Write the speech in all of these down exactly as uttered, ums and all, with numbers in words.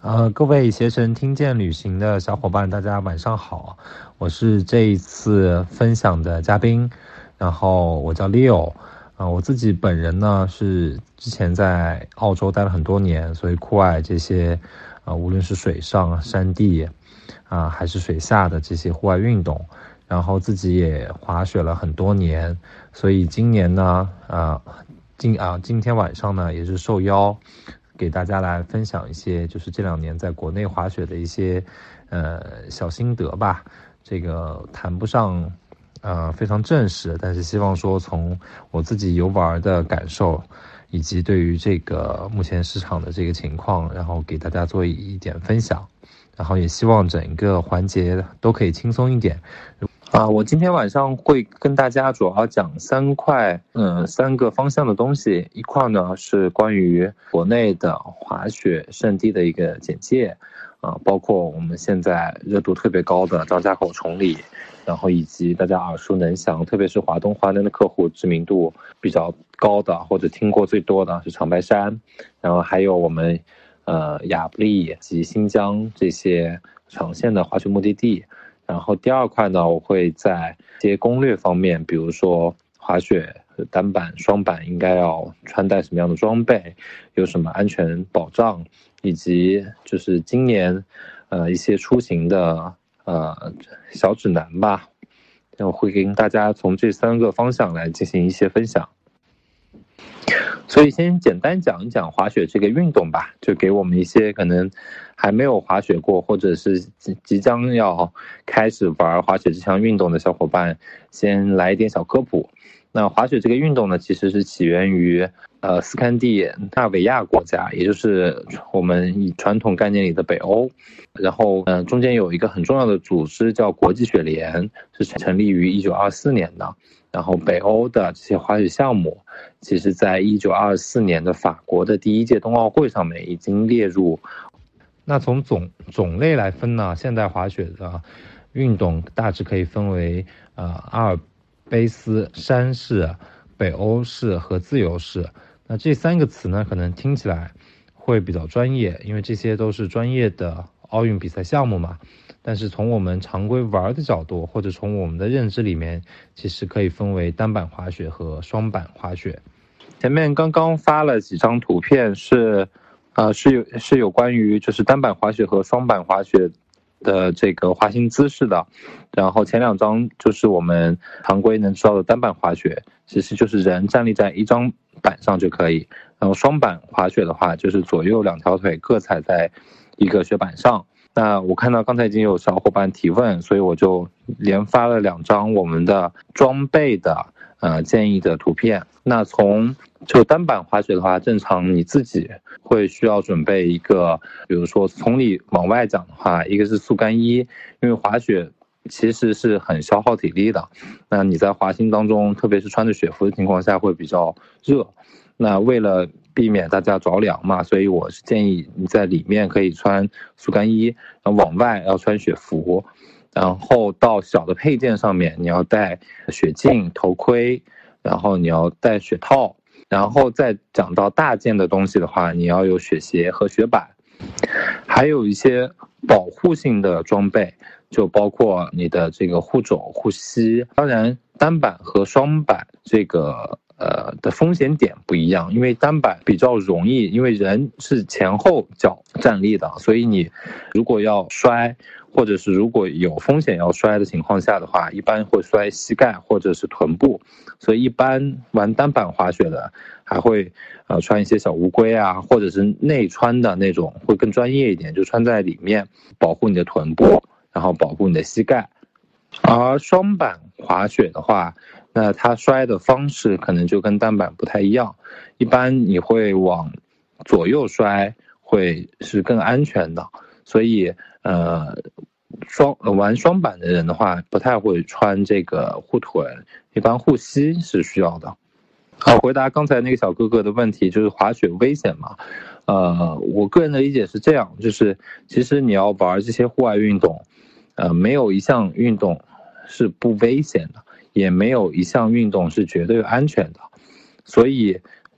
呃，各位携程听见旅行的小伙伴，大家晚上好，我是这一次分享的嘉宾，然后我叫 Leo， 啊、呃，我自己本人呢是之前在澳洲待了很多年，所以酷爱这些，呃，无论是水上、山地，啊、呃，还是水下的这些户外运动，然后自己也滑雪了很多年，所以今年呢，呃，今啊、呃、今天晚上呢也是受邀。给大家来分享一些就是这两年在国内滑雪的一些呃小心得吧。这个谈不上呃非常正式，但是希望说从我自己游玩的感受，以及对于这个目前市场的这个情况，然后给大家做一点分享，然后也希望整个环节都可以轻松一点。啊，我今天晚上会跟大家主要讲三块，嗯，三个方向的东西。一块呢是关于国内的滑雪圣地的一个简介，啊，包括我们现在热度特别高的张家口崇礼，然后以及大家耳熟能详，特别是华东华南的客户知名度比较高的或者听过最多的是长白山，然后还有我们呃亚布力及新疆这些长线的滑雪目的地。然后第二块呢，我会在一些攻略方面，比如说滑雪单板、双板应该要穿戴什么样的装备，有什么安全保障，以及就是今年呃一些出行的呃小指南吧。我会跟大家从这三个方向来进行一些分享。所以先简单讲一讲滑雪这个运动吧，就给我们一些可能还没有滑雪过，或者是即将要开始玩滑雪这项运动的小伙伴，先来一点小科普。那滑雪这个运动呢，其实是起源于呃斯堪的纳维亚国家，也就是我们以传统概念里的北欧。然后嗯、呃，中间有一个很重要的组织叫国际雪联，是成立于一九二四年的。然后北欧的这些滑雪项目，其实在一九二四年的法国的第一届冬奥会上面已经列入。那从种种类来分呢，现代滑雪的运动大致可以分为呃阿尔卑斯山式、北欧式和自由式。那这三个词呢，可能听起来会比较专业，因为这些都是专业的奥运比赛项目嘛。但是从我们常规玩的角度，或者从我们的认知里面，其实可以分为单板滑雪和双板滑雪。前面刚刚发了几张图片是，呃，是有是有关于就是单板滑雪和双板滑雪的这个滑行姿势的。然后前两张就是我们常规能知道的单板滑雪，其实就是人站立在一张板上就可以。然后双板滑雪的话，就是左右两条腿各踩在一个雪板上。那我看到刚才已经有小伙伴提问，所以我就连发了两张我们的装备的呃建议的图片。那从就单板滑雪的话，正常你自己会需要准备一个，比如说从里往外讲的话，一个是速干衣，因为滑雪其实是很消耗体力的。那你在滑行当中，特别是穿着雪服的情况下会比较热。那为了避免大家着凉嘛，所以我是建议你在里面可以穿速干衣，然后往外要穿雪服，然后到小的配件上面你要戴雪镜、头盔，然后你要戴雪套，然后再讲到大件的东西的话，你要有雪鞋和雪板，还有一些保护性的装备，就包括你的这个护肘、护膝。当然，单板和双板这个。呃的风险点不一样，因为单板比较容易，因为人是前后脚站立的，所以你如果要摔，或者是如果有风险要摔的情况下的话，一般会摔膝盖或者是臀部，所以一般玩单板滑雪的还会呃穿一些小乌龟啊，或者是内穿的那种，会更专业一点，就穿在里面保护你的臀部，然后保护你的膝盖。而双板滑雪的话，那它摔的方式可能就跟单板不太一样，一般你会往左右摔会是更安全的，所以呃双玩双板的人的话不太会穿这个护臀，一般护膝是需要的。好，回答刚才那个小哥哥的问题，就是滑雪危险吗？呃，我个人的理解是这样，就是其实你要玩这些户外运动，呃，没有一项运动是不危险的，也没有一项运动是绝对安全的。所以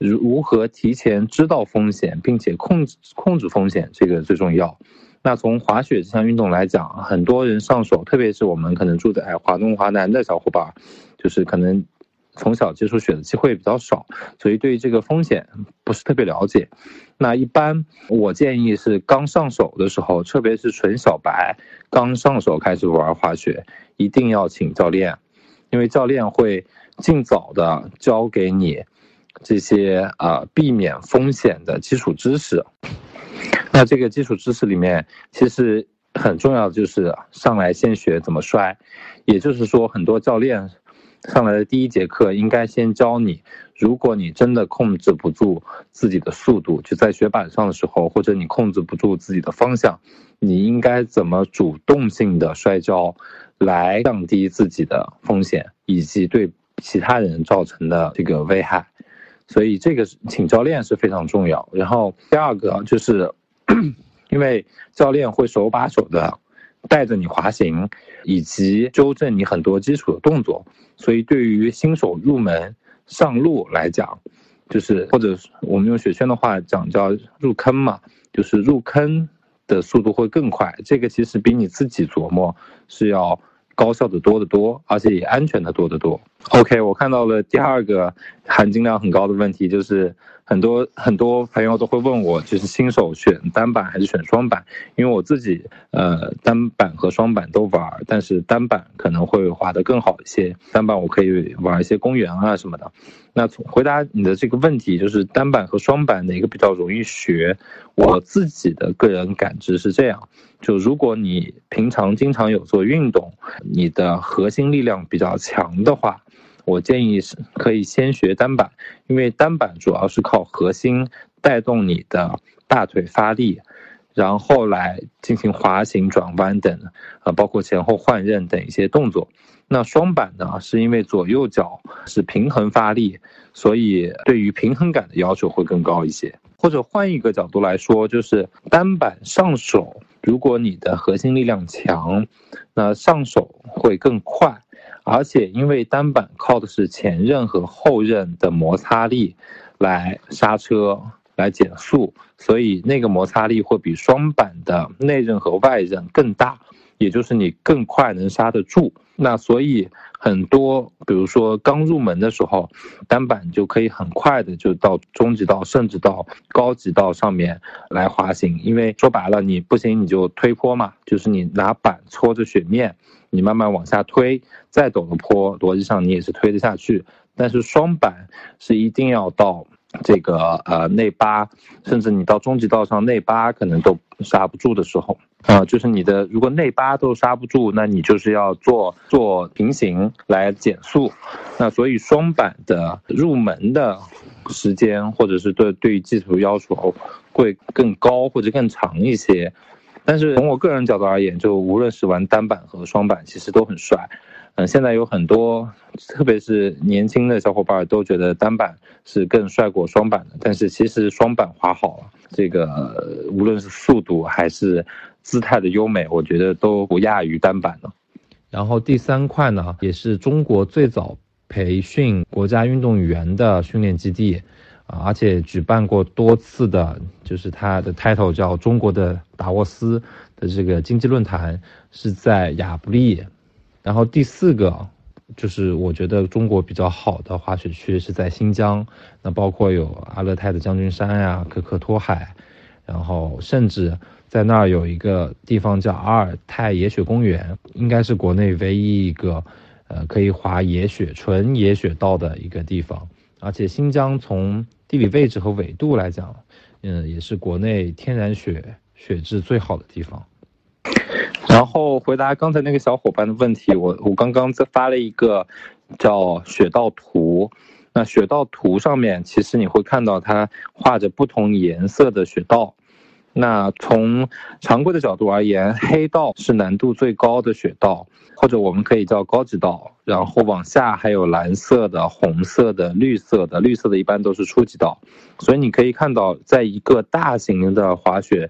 如何提前知道风险，并且控制控制风险，这个最重要。那从滑雪这项运动来讲，很多人上手，特别是我们可能住在华东华南的小伙伴，就是可能从小接触雪的机会比较少，所以对于这个风险不是特别了解。那一般我建议是刚上手的时候，特别是纯小白刚上手开始玩滑雪，一定要请教练，因为教练会尽早的教给你这些呃避免风险的基础知识。那这个基础知识里面，其实很重要的就是上来先学怎么摔，也就是说，很多教练上来的第一节课应该先教你，如果你真的控制不住自己的速度，就在雪板上的时候，或者你控制不住自己的方向，你应该怎么主动性的摔跤，来降低自己的风险以及对其他人造成的这个危害。所以这个请教练是非常重要。然后第二个就是因为教练会手把手的带着你滑行，以及纠正你很多基础的动作，所以对于新手入门上路来讲，就是或者我们用雪圈的话讲叫入坑嘛，就是入坑的速度会更快，这个其实比你自己琢磨是要高效的多得多，而且也安全的多得多。 OK， 我看到了第二个含金量很高的问题，就是很多很多朋友都会问我，就是新手选单板还是选双板，因为我自己呃单板和双板都玩，但是单板可能会滑得更好一些，单板我可以玩一些公园啊什么的。那从回答你的这个问题，就是单板和双板哪个比较容易学，我自己的个人感知是这样，就如果你平常经常有做运动，你的核心力量比较强的话，我建议是可以先学单板，因为单板主要是靠核心带动你的大腿发力，然后来进行滑行、转弯等，呃，包括前后换刃等一些动作。那双板呢，是因为左右脚是平衡发力，所以对于平衡感的要求会更高一些。或者换一个角度来说，就是单板上手，如果你的核心力量强，那上手会更快。而且因为单板靠的是前刃和后刃的摩擦力来刹车来减速，所以那个摩擦力会比双板的内刃和外刃更大，也就是你更快能刹得住。那所以很多比如说刚入门的时候，单板就可以很快的就到中级道甚至到高级道上面来滑行，因为说白了你不行你就推坡嘛，就是你拿板搓着雪面，你慢慢往下推，再陡的坡逻辑上你也是推得下去。但是双板是一定要到这个呃内八，甚至你到中级道上内八可能都刹不住的时候啊、呃，就是你的如果内八都刹不住，那你就是要做做平行来减速。那所以双板的入门的时间或者是对对于技术要求会更高或者更长一些。但是从我个人角度而言，就无论是玩单板和双板其实都很帅。嗯，现在有很多特别是年轻的小伙伴都觉得单板是更帅过双板的，但是其实双板滑好了，这个无论是速度还是姿态的优美，我觉得都不亚于单板的。 然后第三块呢，也是中国最早培训国家运动员的训练基地啊，而且举办过多次的，就是它的 title 叫中国的达沃斯的这个经济论坛，是在亚布力。然后第四个就是我觉得中国比较好的滑雪区是在新疆，那包括有阿勒泰的将军山呀、可可托海，然后甚至在那儿有一个地方叫阿尔泰野雪公园，应该是国内唯一一个呃可以滑野雪纯野雪道的一个地方。而且新疆从地理位置和纬度来讲，嗯，也是国内天然雪雪质最好的地方。 然后回答刚才那个小伙伴的问题，我我刚刚发了一个叫雪道图。那雪道图上面其实你会看到它画着不同颜色的雪道。那从常规的角度而言，黑道是难度最高的雪道，或者我们可以叫高级道，然后往下还有蓝色的、红色的、绿色的，绿色的一般都是初级道。所以你可以看到，在一个大型的滑雪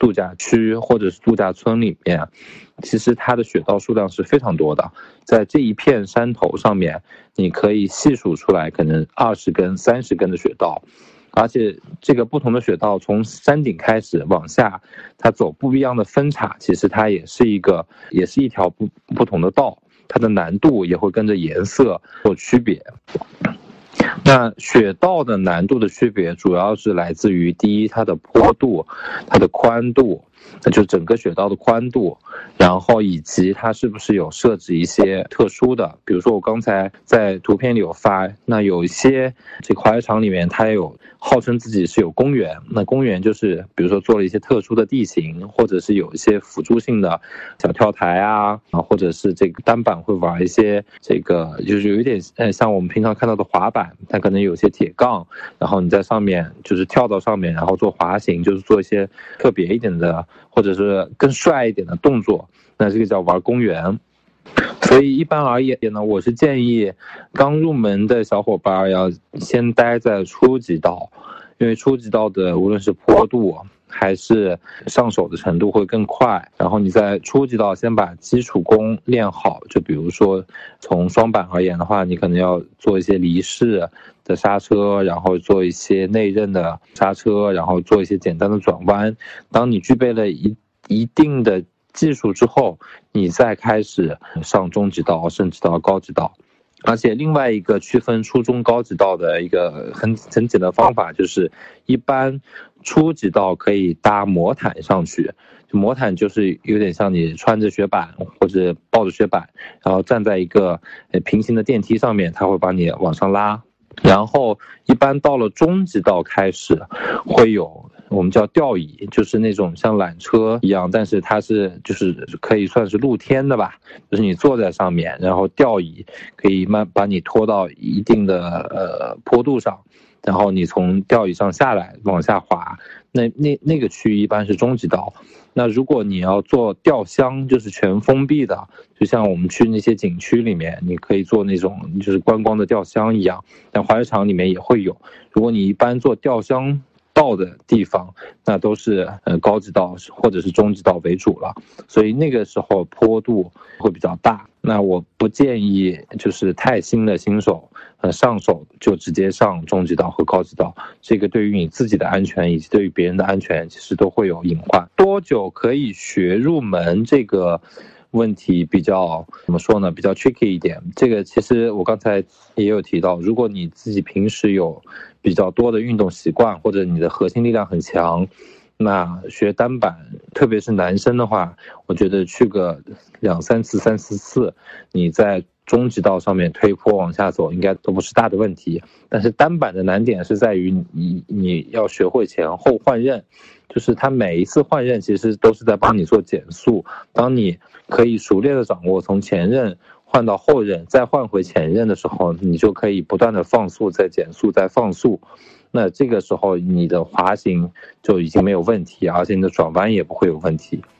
度假区或者是度假村里面，其实它的雪道数量是非常多的。在这一片山头上面，你可以细数出来可能二十根、三十根的雪道。而且这个不同的雪道从山顶开始往下，它走不一样的分叉，其实它也是一个，也是一条不不同的道，它的难度也会跟着颜色有区别。那雪道的难度的区别主要是来自于第一，它的坡度、它的宽度，就整个雪道的宽度，然后以及它是不是有设置一些特殊的，比如说我刚才在图片里有发，那有一些这个滑雪场里面它也有号称自己是有公园，那公园就是比如说做了一些特殊的地形，或者是有一些辅助性的小跳台啊，或者是这个单板会玩一些这个就是有一点呃像我们平常看到的滑板，它可能有些铁杠，然后你在上面就是跳到上面，然后做滑行，就是做一些特别一点的或者是更帅一点的动作，那这个叫玩公园。所以一般而言呢，我是建议刚入门的小伙伴要先待在初级道，因为初级道的无论是坡度还是上手的程度会更快，然后你在初级道先把基础功练好，就比如说从双板而言的话，你可能要做一些离式的刹车，然后做一些内刃的刹车，然后做一些简单的转弯。当你具备了一一定的技术之后，你再开始上中级道甚至到高级道。而且另外一个区分初中高级道的一个很很简单的方法，就是一般初级道可以搭魔毯上去，就魔毯就是有点像你穿着雪板或者抱着雪板，然后站在一个平行的电梯上面，它会把你往上拉。然后一般到了中级道开始会有我们叫吊椅，就是那种像缆车一样，但是它是就是可以算是露天的吧，就是你坐在上面，然后吊椅可以慢把你拖到一定的呃坡度上，然后你从吊椅上下来往下滑，那那那个区域一般是中级道。那如果你要做吊箱，就是全封闭的，就像我们去那些景区里面，你可以做那种就是观光的吊箱一样，但滑雪场里面也会有。如果你一般做吊箱道的地方，那都是呃高级道或者是中级道为主了，所以那个时候坡度会比较大。那我不建议就是太新的新手呃上手就直接上中级道和高级道，这个对于你自己的安全以及对于别人的安全其实都会有隐患。多久可以学入门这个问题比较怎么说呢，比较 tricky 一点。这个其实我刚才也有提到，如果你自己平时有比较多的运动习惯，或者你的核心力量很强，那学单板特别是男生的话，我觉得去个两三次三四次，你在中级道上面推坡往下走应该都不是大的问题。但是单板的难点是在于你你要学会前后换刃，就是它每一次换刃其实都是在帮你做减速，当你可以熟练的掌握从前刃换到后刃再换回前刃的时候，你就可以不断的放速再减速再放速，那这个时候你的滑行就已经没有问题，而且你的转弯也不会有问题。